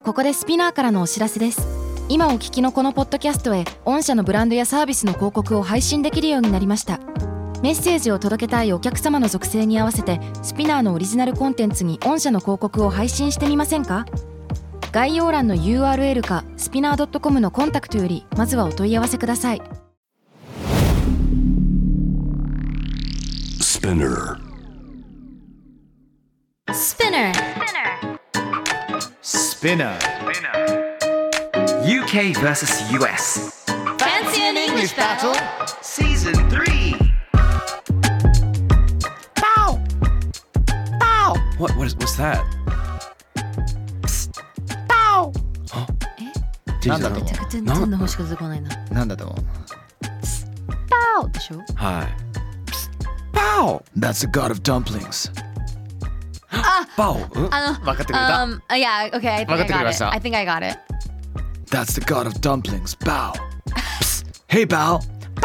ここでスピナーからのお知らせです。今お聞きのこのポッドキャストへ御社のブランドやサービスの広告を配信できるようになりました。メッセージを届けたいお客様の属性に合わせてスピナーのオリジナルコンテンツに御社の広告を配信してみませんか？概要欄の URL かスピナー .com のコンタクトよりまずはお問い合わせください。 Spinner UK vs US Fancy an English battle Season 3 Pow! Pow! What's that? Pow! なんだと思う？ 全然の星が出てこないな。 なんだと思う？ パオでしょ？ はい。 Pow! That's the god of dumplings. バオ。 分かってくれた？ Yeah, okay, I think 分か I ってくれ got ま it. した。 I think I got it. That's the god of dumplings. Bow. Hey, bow.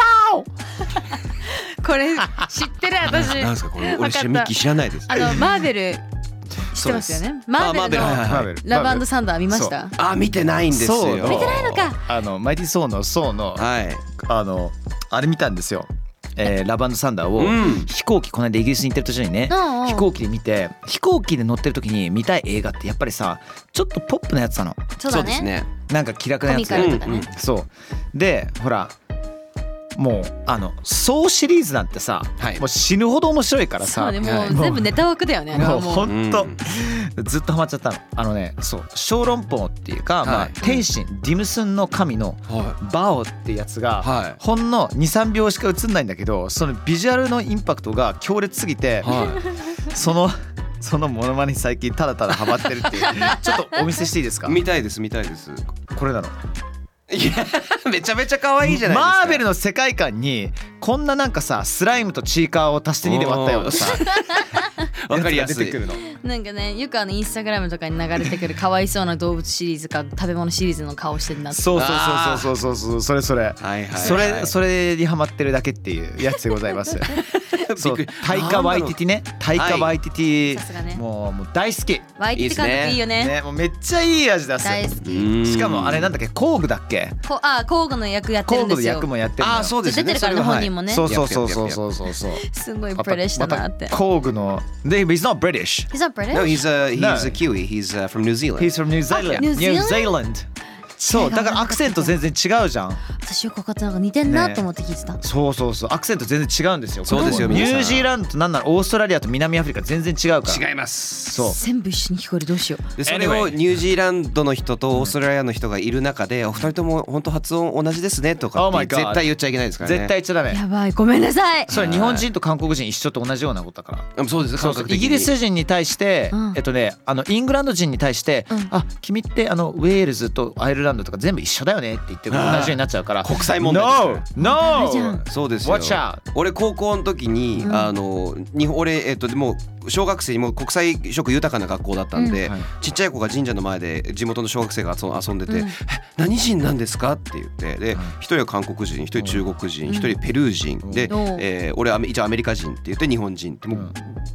これ知ってる私。 なんですかこれ？ わかった俺ミッキー知らないです。 マーベル知ってますよね。マーベルのはいマーベルラブ&サンダー見ました？ あ、見てないんですよ。 そう見てないのか。 マイティソーのソーのはい。 あれ見たんですよ。ラブ&サンダーをうん飛行機この間イギリスに行ってる途中にね、 うんうん飛行機で見て、飛行機で乗ってる時に見たい映画ってやっぱりさちょっとポップなやつなの。 そうだね。 そうですね。 なんか気楽なやつコミカルとかね。 そうでほらもうソーシリーズなんてさ、 はいもう死ぬほど面白いからさ、 そうね、もはいう全部ネタ枠だよね。 もうもうほんとずっとハマっちゃったの。そう小籠包っていうか、まあはい天神ディムスンの神のはバオってやつが、 はいほんの 2,3 秒しか映んないんだけど、そのビジュアルのインパクトが強烈すぎて、 はそのモノマネに最近ただただハマってるっていうちょっとお見せしていいですか？ い。見たいです見たいです。 これなの。 いやめちゃめちゃ可愛いじゃないですか。 マーベルの世界観にこんななんかさスライムとチーカーを足して2で割ったようなさわかりやすいやつが出てくるの。 なんかね、よくインスタグラムとかに流れてくるかわいそうな動物シリーズか食べ物シリーズの顔してるなって。 そうそれはいはいはいそれにハマってるだけっていうやつでございます。そうびっくりタイカワイティティね、タイカワイティテさすがねィもう大好きワイティティ監督いいよね。 ね、もうめっちゃいい味出す。 大好き。 うんしかもあれなんだっけ、工具だっけ、 交互の役やって工具のるんですよ。 役もやってるのよ。 あ、そうですね。 出てるからねそれは本人もねそうそうすごいプレッシャーだなって。 工具ので He's not British. He's not British? No, he's a No. Kiwi. He's from New Zealand. He's from New Zealand. New Zealand? Zealand. そうだからアクセント全然違うじゃん。 私よく分かってなんか似てんなと思って聞いてた。 そうアクセント全然違うんですよ。 そうですよニ皆さんュージーランドとなんならオーストラリアと南アフリカ全然違うから。 違います。 そう全部一緒に聞こえるどうしよう。 でそれをニュージーランドの人とオーストラリアの人がいる中で、お二人とも本当発音同じですねとか Oh っ my て God 絶対言っちゃいけないですからね。 絶対言っちゃダメ。 やばいごめんなさい。 それ日本人と韓国人一緒と同じようなことだから。 そうです。 そうそうイギリス人に対して、 うんイングランド人に対して、 うんあ君ってウェールズとアイルランドとか全部一緒だよねって言って同じようになっちゃうから国際問題ですね No! じゃん No! そうですよ。 Watch out! 俺高校の時に、俺もう小学生にも国際色豊かな学校だったんで、 うんはいちっちゃい子が神社の前で地元の小学生が遊んでて、 うんえ何人なんですかって言ってで一人は韓国人、一人中国人、一人ペルー人で、俺は一応アメリカ人って言って日本人ってもう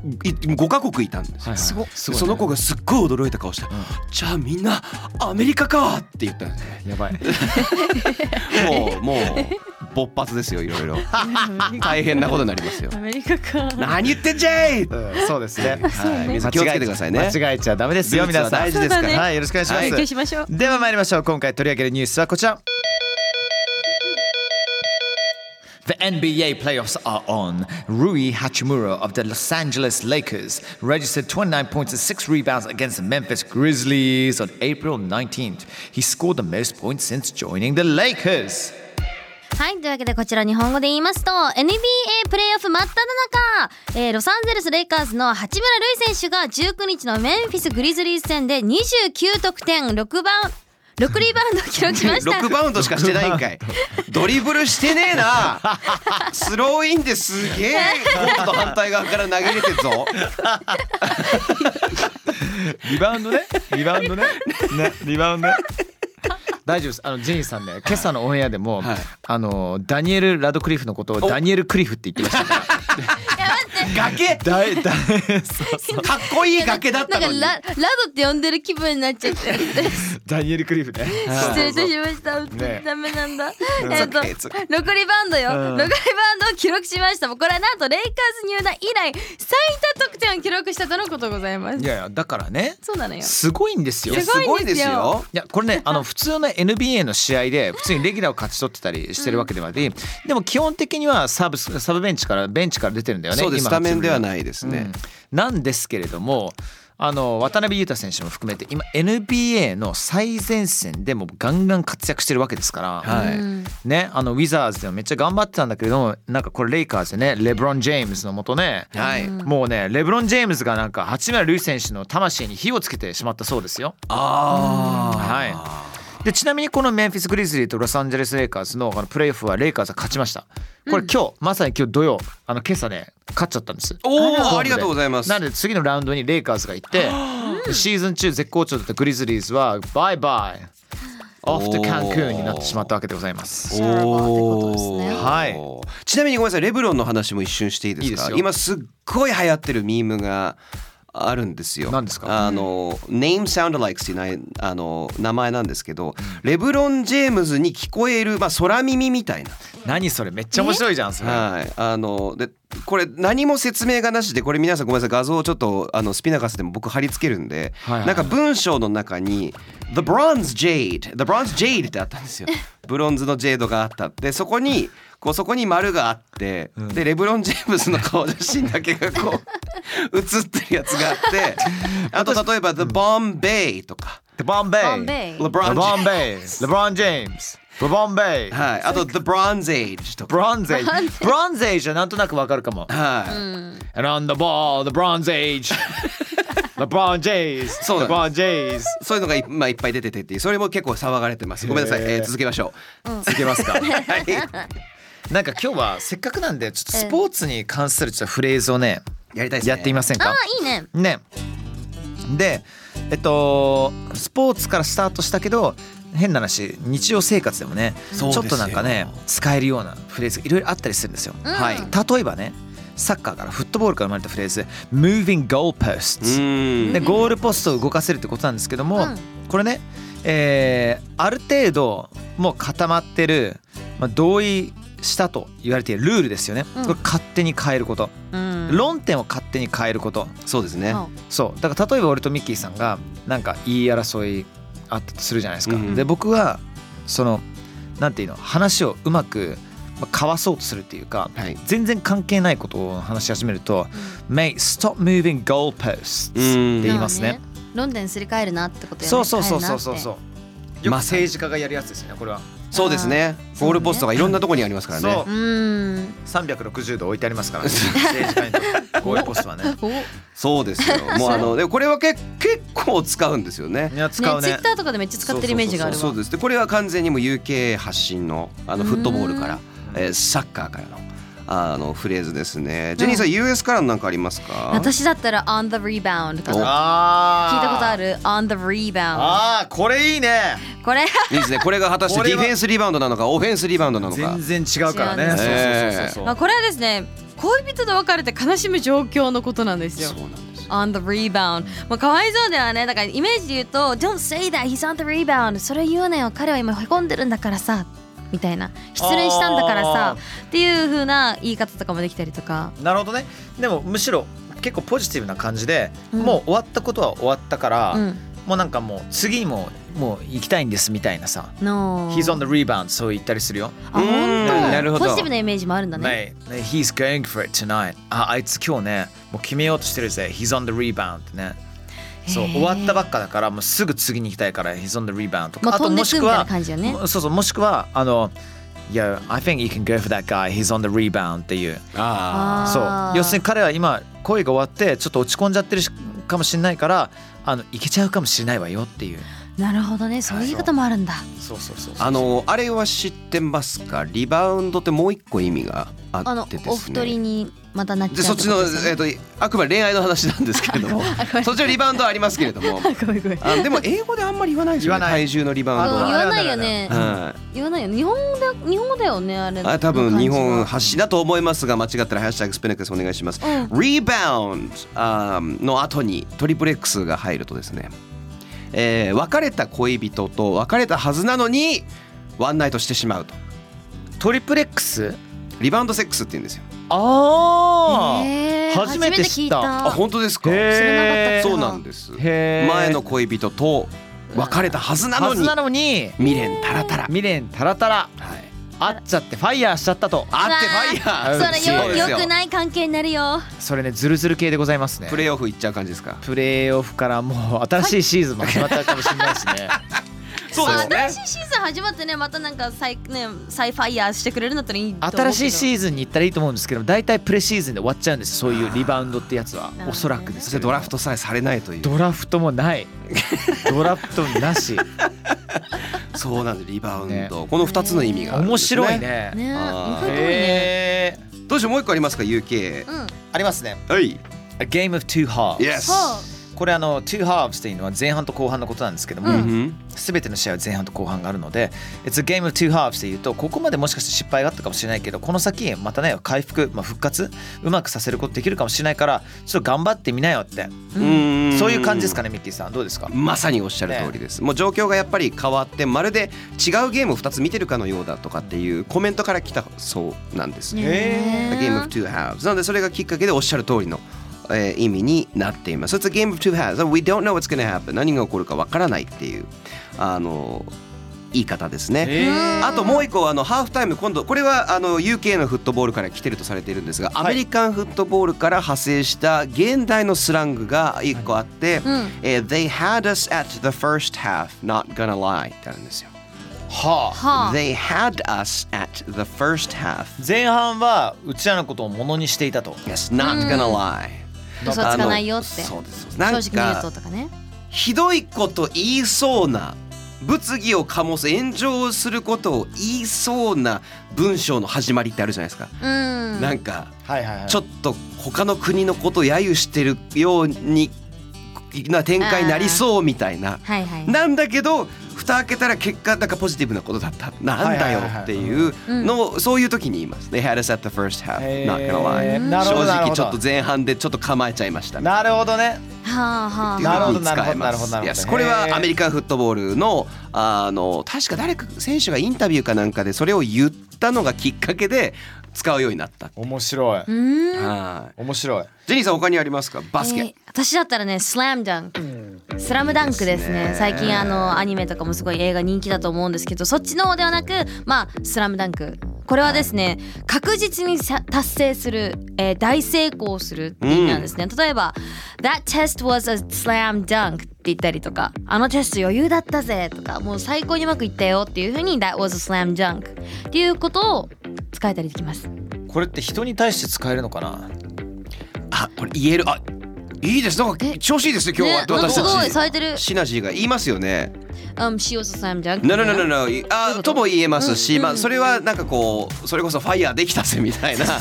5カ国いたんですよ。 すごっすごいねその子がすっごい驚いた顔して、じゃあみんなアメリカかって言ったんですね。 やばいもう勃発ですよ、いろいろ大変なことになりますよ。 アメリカか。 何言ってんじゃい。 そうですね。 はい、皆さん気をつけてくださいね。 間違えちゃダメですよ皆さん。 大事ですから。 そうだねはい、よろしくお願いします。 勉強しましょう。 では参りましょう。今回取り上げるニュースはこちら。The NBA playoffs are on. Rui Hachimura of the Los Angeles Lakers registered 29 points and 6 rebounds against the Memphis Grizzlies on April 19th. He scored the most points since joining the Lakers. はい、というわけでこちら日本語で言いますと NBA プレーオフ真っ只中、ロサンゼルスレイカーズの八村塁選手が19日のメンフィスグリズリーズ戦で29得点6リバウンドを記録しました。 6バウンドしかしてないんかい。ドリブルしてねえな。スローインですげえコートと反対側から投げれてるぞ。 リバウンドね。リバウンドね。大丈夫です。ジェニーさんね、今朝のオンエアでも、 はいダニエル・ラドクリフのことをダニエル・クリフって言ってましたから。 いや待って崖大そうかっこいい崖だったのに。 なんかラドって呼んでる気分になっちゃってダニエル・クリフね。 失礼いたしましたねダメなんだ It's okay, 6リバウンドよ、6リバウンドを記録しました。これはなんとレイカーズ入団以来最多得点を記録したとのことございます。 いやいやだからねそうなのよ。 すごいんですよ。 いやすごいですよ。 いやこれね普通の NBA の試合で普通にレギュラーを勝ち取ってたりしてるわけではで、でも基本的にはサブベンチから出てるんだよね。 そうです。 今スタメンではないですね。 なんですけれども渡辺裕太選手も含めて今 NBA の最前線でもガンガン活躍してるわけですから、 はいね、ウィザーズでもめっちゃ頑張ってたんだけれども、なんかこれレイカーズでねレブロン・ジェームズの元ね、 はい。 もうねレブロン・ジェームズがなんか八村塁選手の魂に火をつけてしまったそうですよ。はい。でちなみにこのメンフィス・グリズリーとロサンゼルス・レイカーズのプレーオフはレイカーズが勝ちました。これ今日、まさに今日土曜今朝ね勝っちゃったんです。 おお、ありがとうございます。 なので次のラウンドにレイカーズが行ってシーズン中絶好調だったグリズリーズはバイバイオフとカンクーンになってしまったわけでございます。 シャラバーってことですね。 はい。 ちなみにごめんなさい、レブロンの話も一瞬していいですか？ いいですよ。 今すっごい流行ってるミームがあるんですよ。 何ですか ？Name Soundalikes っていう名前なんですけど、レブロン・ジェームズに聞こえる、空耳みたいな。 何それめっちゃ面白いじゃんそれ。 はい。でこれ何も説明がなしで、これ皆さんごめんなさい、画像をちょっとスピナカスでも僕貼り付けるんで、なんか文章の中に The Bronze Jade ってあったんですよ。ブロンズのジェードがあったって、そこに丸があって、でレブロン・ジェームズの顔写真だけがこう写ってるやつがあって、あと例えば The Bombay とか The Bombay LeBron Jamesレブロン・ベイはい、あと The Bronze Age とか。 ブロンズエイジはなんとなくわかるかも。 はい。 And on the ball, the Bronze Age. LeBron James. そうだ LeBron James. そういうのがいっぱい出ててっていう、それも結構騒がれてます。ごめんなさい、続けましょう。 続けますか。 はい。 なんか今日はせっかくなんでちょっとスポーツに関するちょっとフレーズをねやりたいですね。 やってみませんか？ いいね。 ね。でスポーツからスタートしたけど変な話日常生活でもねちょっとなんかね使えるようなフレーズがいろいろあったりするんですよ。 はい。 例えばねサッカーからフットボールから生まれたフレーズ Moving Goalposts でゴールポストを動かせるってことなんですけども、これね、ある程度もう固まってる、同意したと言われているルールですよね、これ勝手に変えること、論点を勝手に変えること。 そうですね。 そうだから例えば俺とミッキーさんがなんか言い争いあったとするじゃないですか、で僕はそのなんていうの話をうまく交わそうとするっていうか、全然関係ないことを話し始めると、Mate, stop moving goalposts って言いますね。 論点すり替えるなってことよね。 そうよく政治家がやるやつですよねこれは。 そうですね。ゴールポストがいろんなところにありますからね。 そう360度置いてありますからね政治家にゴールポストはね。 そうですよ。もうでもこれは結構使うんですよね。 いや使うね。 ツイッターとかでめっちゃ使ってるイメージがあるわ。 そうです。でこれは完全にもう UK 発信のフットボールから、サッカーからのフレーズですね。ジェニーさん、US からのなんかありますか？ 私だったら on the rebound かな。聞いたことある？ on the rebound。 これいいね。 これいいですね。これが果たしてディフェンスリバウンドなのかオフェンスリバウンドなのか全然違うからね。そう。 これはですね、恋人と別れて悲しむ状況のことなんですよ。 そうなんですよ。 on the rebound。かわいそうではね。だからイメージで言うと Don't say that he's on the rebound。それ言うなよ。彼は今へこんでるんだからさ。みたいな、失恋したんだからさっていう風な言い方とかもできたりとか。 なるほどね。でもむしろ結構ポジティブな感じで、もう終わったことは終わったから、もうなんかもう次もう行きたいんですみたいなさ、He's on the rebound そう言ったりするよ。 本なるほど。 ポジティブなイメージもあるんだね。 He's going for it tonight。あいつ今日ねもう決めようとしてるぜ。He's on the rebound ってね。そう終わったばっかだからもうすぐ次に行きたいから He's on the rebound とか、あともしくはもしくはYeah, I think you can go for that guy. He's on the rebound っていう。そう要するに彼は今恋が終わってちょっと落ち込んじゃってるかもしれないからいけちゃうかもしれないわよっていう。 なるほどね、そういう言い方もあるんだ。 そうそうそう。 あれは知ってますか？リバウンドってもう一個意味があってですね。 お太りにまたなっちゃうでそっちの、 ね、 あくまで恋愛の話なんですけれどもそっちのリバウンドはありますけれどもごめんでも英語であんまり言わないですよね。体重のリバウンドは言わないよね、言わないよ。日本語だよねあれ。 多分日本発信だと思いますが、間違ったらハッシュタグスペネックスお願いします。リバウンドの後にトリプル X が入るとですね、別れた恋人と別れたはずなのにワンナイトしてしまうと。 トリプレックス？ リバウンドセックスって言うんですよ。 ああ、初めて知った。 あ、本当ですか？ 知らなかった。 そうなんです。前の恋人と別れたはずなのに未練タラタラ、 未練タラタラ、会っちゃってファイヤーしちゃったと。 会ってファイヤー。 それよくない関係になるよ。 それね、ズルズル系でございますね。 プレーオフ行っちゃう感じですか？ プレーオフからもう新しいシーズンも始まっちゃうかもしれないですね。 そうですね。 新しいシーズン始まってね、またなんか再ファイヤーしてくれるんだったらいいと思うけど。 新しいシーズンに行ったらいいと思うんですけど、大体プレシーズンで終わっちゃうんです。そういうリバウンドってやつはおそらくです。 そしてドラフトさえされないという。 ドラフトもない。ドラフトなし。 そうなんです。リバウンド、この2つの意味があるんですね。 面白いね。 ね、面白いね。 どうしよう、もう一個ありますか UK？ ありますね。 はい。 A game of two halves。 Yes。 これtwo halves というのは前半と後半のことなんですけども、すべての試合は前半と後半があるので、It's a game of two halves というと、ここまでもしかして失敗があったかもしれないけど、この先またね回復、復活うまくさせることできるかもしれないから、ちょっと頑張ってみなよって、そういう感じですかね。ミッキーさんどうですか？ まさにおっしゃる通りです。もう状況がやっぱり変わって、まるで違うゲームを2つ見てるかのようだとかっていうコメントから来たそうなんです。A game of two halves なので、それがきっかけでおっしゃる通りの意味になっています。So it's a game of two halves. We don't know what's going to happen. 何が起こるかわからないっていう言い方ですね。あともう一個ハーフタイム、今度これはUK のフットボールから来てるとされているんですが、アメリカンフットボールから派生した現代のスラングが一個あって、They had us at the first half, not gonna lie ってあるんですよ。They had us at the first half. 前半はうちらのことをものにしていたと。 Yes, not gonna lie. 嘘つかないよって。 そうです。 正直に言うととかね。 ひどいこと言いそうな、物議を醸す、炎上することを言いそうな文章の始まりってあるじゃないですか。なんかちょっと他の国のことを揶揄してるようにな展開になりそうみたいな。なんだけど蓋開けたら結果なんかポジティブなことだった。なんだよっていうのをそういう時に言います。They had us at the first half, not gonna lie. 正直ちょっと前半でちょっと構えちゃいました。 なるほどね。 なるほどなるほどなるほど。これはアメリカンフットボールの確か誰か選手がインタビューかなんかでそれを言ったのがきっかけで使うようになった。 面白い。面白い。 ジェニーさん他にありますか？バスケ。 私だったらね、スラムダンク。スラムダンクですね。最近アニメとかもすごい映画人気だと思うんですけど、そっちの方ではなく、スラムダンク。これはですね、確実に達成する、大成功するって意味なんですね。例えば That test was a slam dunk って言ったりとか、あのテスト余裕だったぜとか、もう最高にうまくいったよっていう風に That was a slam dunk っていうことを使えたりできます。 これって人に対して使えるのかな？ これ言える。いいです。なんか調子いいですね今日は。私たちすごい冴えてる。 シナジーが言いますよね。 She was a slam dunk. No. とも言えますし、それはなんかこうそれこそファイヤーできたぜみたいな。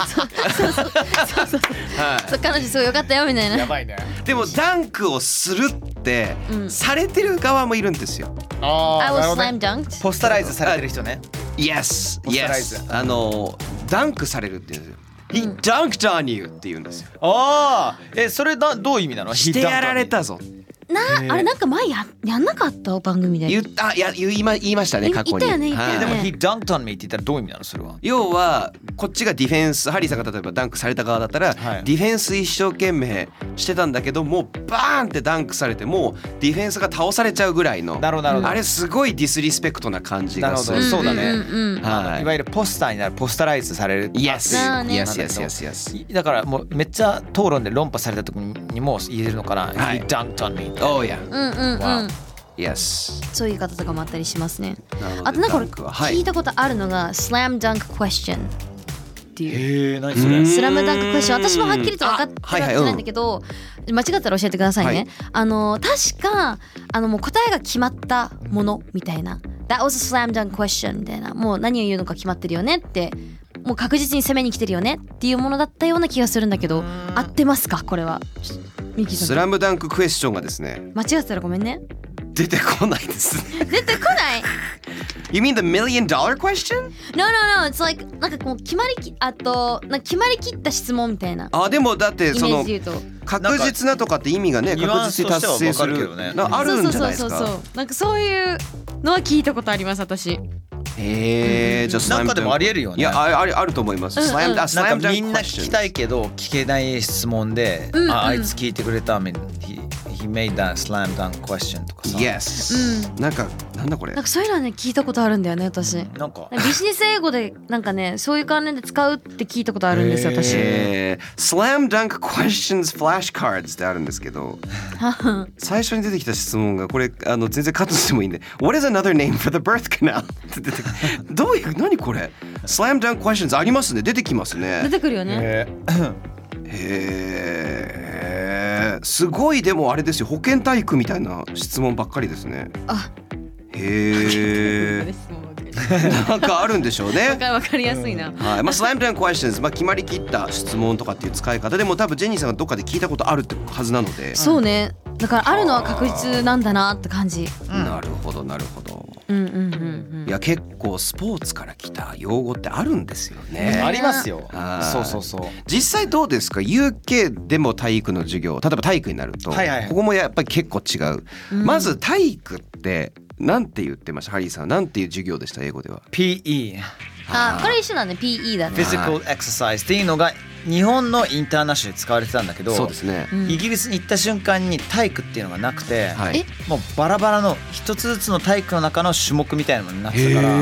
彼女すごい良かったよみたいな。 やばいね。 でもダンクをするってされてる側もいるんですよ。 I was slam dunked. ポスタライズされてる人ね。 Yes. ダンクされるっていうんですよ。He dunked on you って言うんですよ。 それどういう意味なの？ してやられたぞ。 あれなんか前やんなかった番組で。 言いましたね過去に。 言ったよね。 でも He dunked on me って言ったらどういう意味なのそれは？ 要はこっちがディフェンス、ハリーさんが例えばダンクされた側だったら、ディフェンス一生懸命してたんだけど、もうバーンってダンクされてもうディフェンスが倒されちゃうぐらいの。あれすごいディスリスペクトな感じがする。 そうだね。いわゆるポスターになる、ポスタライズされる。 Yes. だからもうめっちゃ討論で論破された時にも言えるのかな。He dunked on me. Oh yeah. Yes. そういう方とかもあったりしますね。あとなんかこれ聞いたことあるのが Slam Dunk Question。 っていうへえ、何それ。 スラムダンククエスチョン、私もはっきりと分かってないんだけど、間違ったら教えてくださいね、確かもう答えが決まったものみたいな That was a slam dunk question みたいな、もう何を言うのか決まってるよねって、もう確実に攻めに来てるよねっていうものだったような気がするんだけど、合ってますかこれは。ミキさんスラムダンククエスチョンがですね、 間違ってたらごめんね。 出てこないです出てこない You mean the $1 million question? No, it's like なんかこう決まりきった質問みたいなあ、でもだってイメそのージで言うと、 確実なとかって意味がね、 ニュアンス確実に達成するとしては分かるけどねあるんじゃないですそうか。 なんかそういうのは聞いたことあります私。 じゃあスラムダンクなんかでもありえるよね。 いや、あると思います。スラムダンクなんかみんな聞きたいけど聞けない質問で、あいつ聞いてくれために he made that slam dunk question とかさ。 Yes、なんかなんだこれなんかそういうのはね聞いたことあるんだよね私。 なんかビジネス英語でなんかねそういう関連で使うって聞いたことあるんですよ私。 Slam Dunk Questions Flashcards ってあるんですけど、最初に出てきた質問がこれ全然カットしてもいいんで What is another name for the birth canal? って出てどういう何これ Slam Dunk Questions ありますね、出てきます出ね。 てくるよね。 すごい。でもあれですよ、保健体育みたいな質問ばっかりですね。 あ、 へえなんかあるんでしょうね。 わかりやすいな。 はい、Slam Dunk Questions、決まりきった質問とかっていう使い方でも多分ジェニーさんがどっかで聞いたことあるってはずなので。 そうね。だからあるのは確実なんだなって感じ。 なるほどなるほど。いや結構スポーツから来た用語ってあるんですよね。 ありますよ。 はいそう。 実際どうですか UK でも体育の授業、例えば体育になると、 はいはいここもやっぱり結構違う、まず体育ってなんて言ってました？ハリーさんなんていう授業でした？英語では PE あ、これ一緒だね。PE だね。 Physical Exercise っていうのが日本のインターナショナルで使われてたんだけど、 そうですね、 イギリスに行った瞬間に体育っていうのがなくて、 はいもうバラバラの一つずつの体育の中の種目みたいなのになってたから、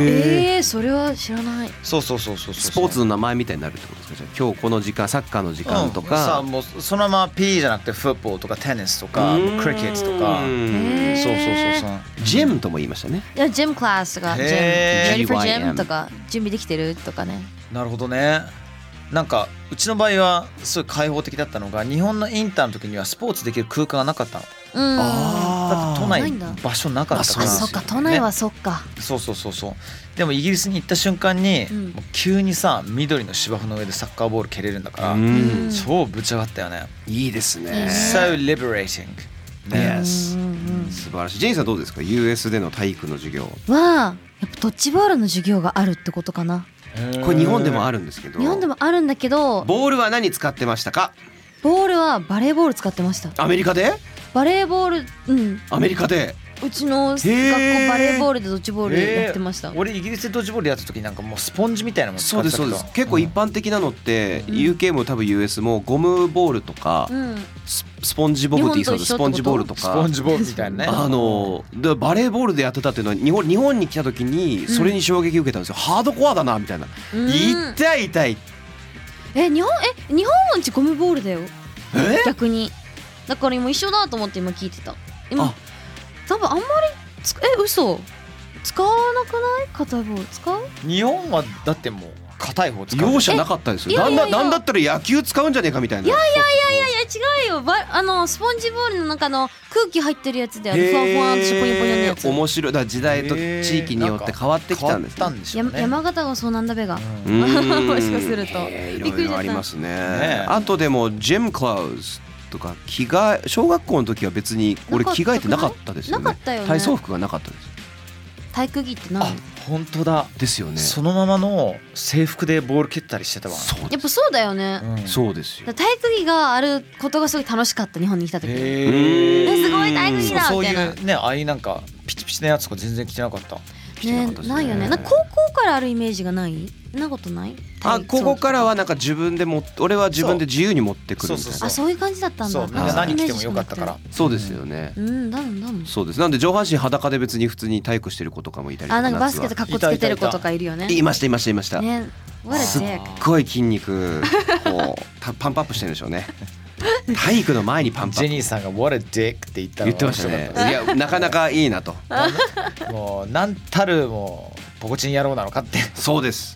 それは知らない。 そうスポーツの名前みたいになるってことですか？じゃあ今日この時間サッカーの時間とか、 さあもうそのまま PE じゃなくてフットボールとかテニスとかクリケットとか、そうジムとも言いましたね。 いやジムクラスとかジム Ready for Gym とか準備できてるとかね。 なるほどね。なんかうちの場合はすごい開放的だったのが、日本のインターの時にはスポーツできる空間がなかったの。だって都内場所なかったから。 そっか、都内はそっか。 そうでもイギリスに行った瞬間に、もう急にさ緑の芝生の上でサッカーボール蹴れるんだから、超ぶち上がったよね。 いいですね。 So liberating。 Yes、素晴らしい。ジェニーさんどうですか？ US での体育の授業はやっぱドッジボールの授業があるってことかな。 これ日本でもあるんですけど、 日本でもあるんだけど、 ボールは何使ってましたか？ ボールはバレーボール使ってました。 アメリカで？ バレーボール、 アメリカでうちの学校バレーボールでドッジボールやってました。 俺イギリスでドッジボールやった時なんかもうスポンジみたいなのも使ってたけど。 そうです結構一般的なのって、UK も多分 US もゴムボールとか、スポンジボブって言いそうです。スポンジボールとかスポンジボールみたいなね。 でバレーボールでやってたっていうのは日本に来た時にそれに衝撃を受けたんですよ。ハードコアだなみたいな。痛い日本はうちゴムボールだよ。逆にだから今一緒だと思って今聞いてた。今多分あんまり嘘使わなくない？硬いボール使う？ 日本はだってもう硬い方使う。 容赦なかったですよ。なんだったら野球使うんじゃねえかみたいな。 いや違うよ。スポンジボールの中の空気入ってるやつであるふわふわっとポニョポニョのやつ。 面白い。だから時代と地域によって変わってきたんですね。 山形がそうなんだべが。もしかすると。 いろいろありますね。あとでもジムクローズとか着替え、小学校の時は別に俺着替えてなかったですよね。 なかったよね。 体操服がなかったです。 体育着って何？ 本当だですよね。 そのままの制服でボール蹴ったりしてたわ。 やっぱそうだよね。 そうですよ。 体育着があることがすごい楽しかった。日本に来た時。すごい体育着だみたいな。 そういうね、ああいうなんかピチピチなやつとか全然着てなかった。 ないよね。高校からあるイメージがない？そんなことない？ 高校からはなんか俺は自分で自由に持ってくるみたいな。 そういう感じだったんだ。 そう、みんな何着てもよかったから。 そうですよね。 だもん。 そうです。なんで上半身裸で別に普通に体育してる子とかもいたりとか。 なんかバスケットかっこつけてる子とかいるよね。 いました。 ね、 すっごい筋肉こうパンプアップしてるんでしょうね。体育の前にパンプアップ。 ジェニーさんが What a dick って言ってましたね。いやなかなかいいなと。 もうなんたるもうポコチン野郎なのかって。 そうです。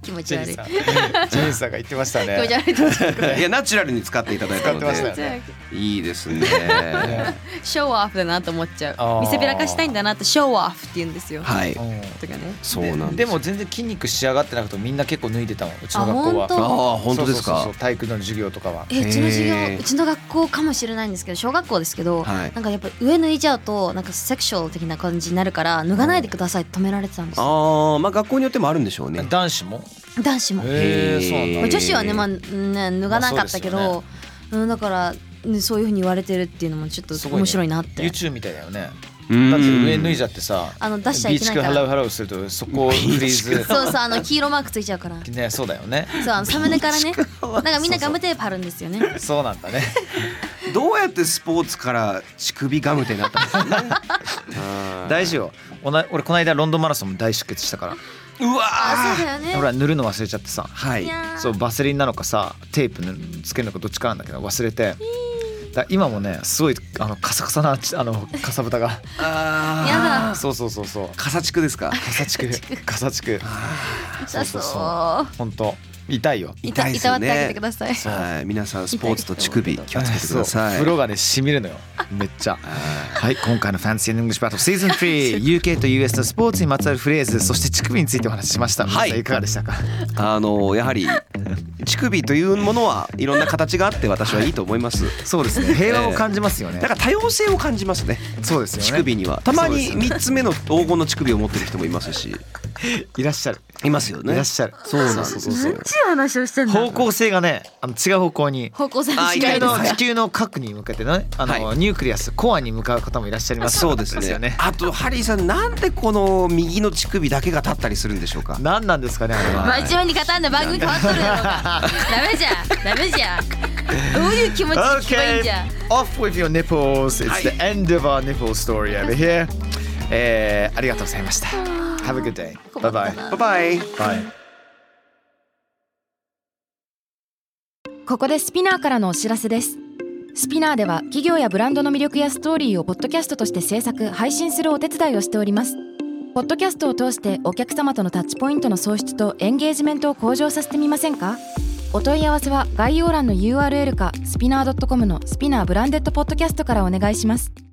気持ち悪い。 ジェイさんが言ってましたね。 気持ち悪い気持ち悪い。 いやナチュラルに使っていただいたの使ってましたよでいいですね。 ショーオフだなと思っちゃあーう。見せびらかしたいんだなってショーオフって言うんですよ。 はい、 とかね。 そうなんです。 でも全然筋肉仕上がってなくてみんな結構脱いでたもん、うちの学校は。 あ本当ああ本当ですかそうそうそう。体育の授業とかは。 うちの授業へーうちの学校かもしれないんですけど小学校ですけど、 はいなんかやっぱ上脱いじゃうとなんかセクシュアル的な感じになるから脱がないでくださいって止められてたんですよ。 ああまあ学校によってもあるんでしょうね。 男子も。 男子も。 へえ、そうなんだ。 まあ女子はねまあね脱がなかったけまあど、だからねそういう風に言われてるっていうのもちょっとすごいね面白いなって。 YouTube みたいだよね。 うんだって上脱いじゃってさ、 出しちゃいけないからビーチクハラウハラウするとそこをフリーズ。 そうそう黄色マークついちゃうから。 ね、そうだよね。 そうサムネからねなんかみんなガムテープ貼るんですよね。 そうなんだね。 どうやってスポーツから乳首ガムテになったんですかね。 大事よ。俺この間ロンドンマラソンも大出血したから。 うわあそうだよね。 ほら塗るの忘れちゃってさ。 はいいやーそうバセリンなのかさテープつけるのかどっちかなんだけど忘れて。だ今もねすごいカサカサなかさぶたが。 あやだそうそうそうそう。 カサチクですか。 かさちくかさちく。 痛そう。 本当痛いよ。 痛いですよいたわってあげねてください。 はい皆さんスポーツと乳首気をつけてくそうださい。 風呂がね染みるのよめっちゃ。はい、今回の Fancy and English Battle Season 3 UK と US のスポーツにまつわるフレーズそして乳首についてお話ししました。 はい皆さんいかがでしたか。 やはり乳首というものはいろんな形があって私はいいと思います。 そうですね、平和を感じますよね。 だから多様性を感じますね。 そうですよね。 乳首にはたまにそうですよね 3つ目の黄金の乳首を持ってる人もいますしいらっしゃる、 いますよね。 いらっしゃる。 そうなんですそうそう何ちゅう話をしてんの。 方向性がね違う方向に。 方向性のあ違い地球のですか。 地球の核に向けてねはいニュークリアスコアに向かう方もいらっしゃいますそうですよね。 ね。あとハリーさんなんでこの右の乳首だけが立ったりするんでしょうか。 何なんですかねあれは。 真面目に語んで番組変わっとるやろうが。ダメじゃんダメじゃん。どういう気持ちで聞けばいいんじゃん。 off with your nipples. It's the end of our nipple story over here. ありがとうございました。Have a good day. Bye bye. バイバイ。 Bye. ここでスピナーからのお知らせです。スピナーでは企業やブランドの魅力やストーリーをポッドキャストとして制作・配信するお手伝いをしております。ポッドキャストを通してお客様とのタッチポイントの創出とエンゲージメントを向上させてみませんか？お問い合わせは概要欄の URL かスピナー .com のスピナーブランデッドポッドキャストからお願いします。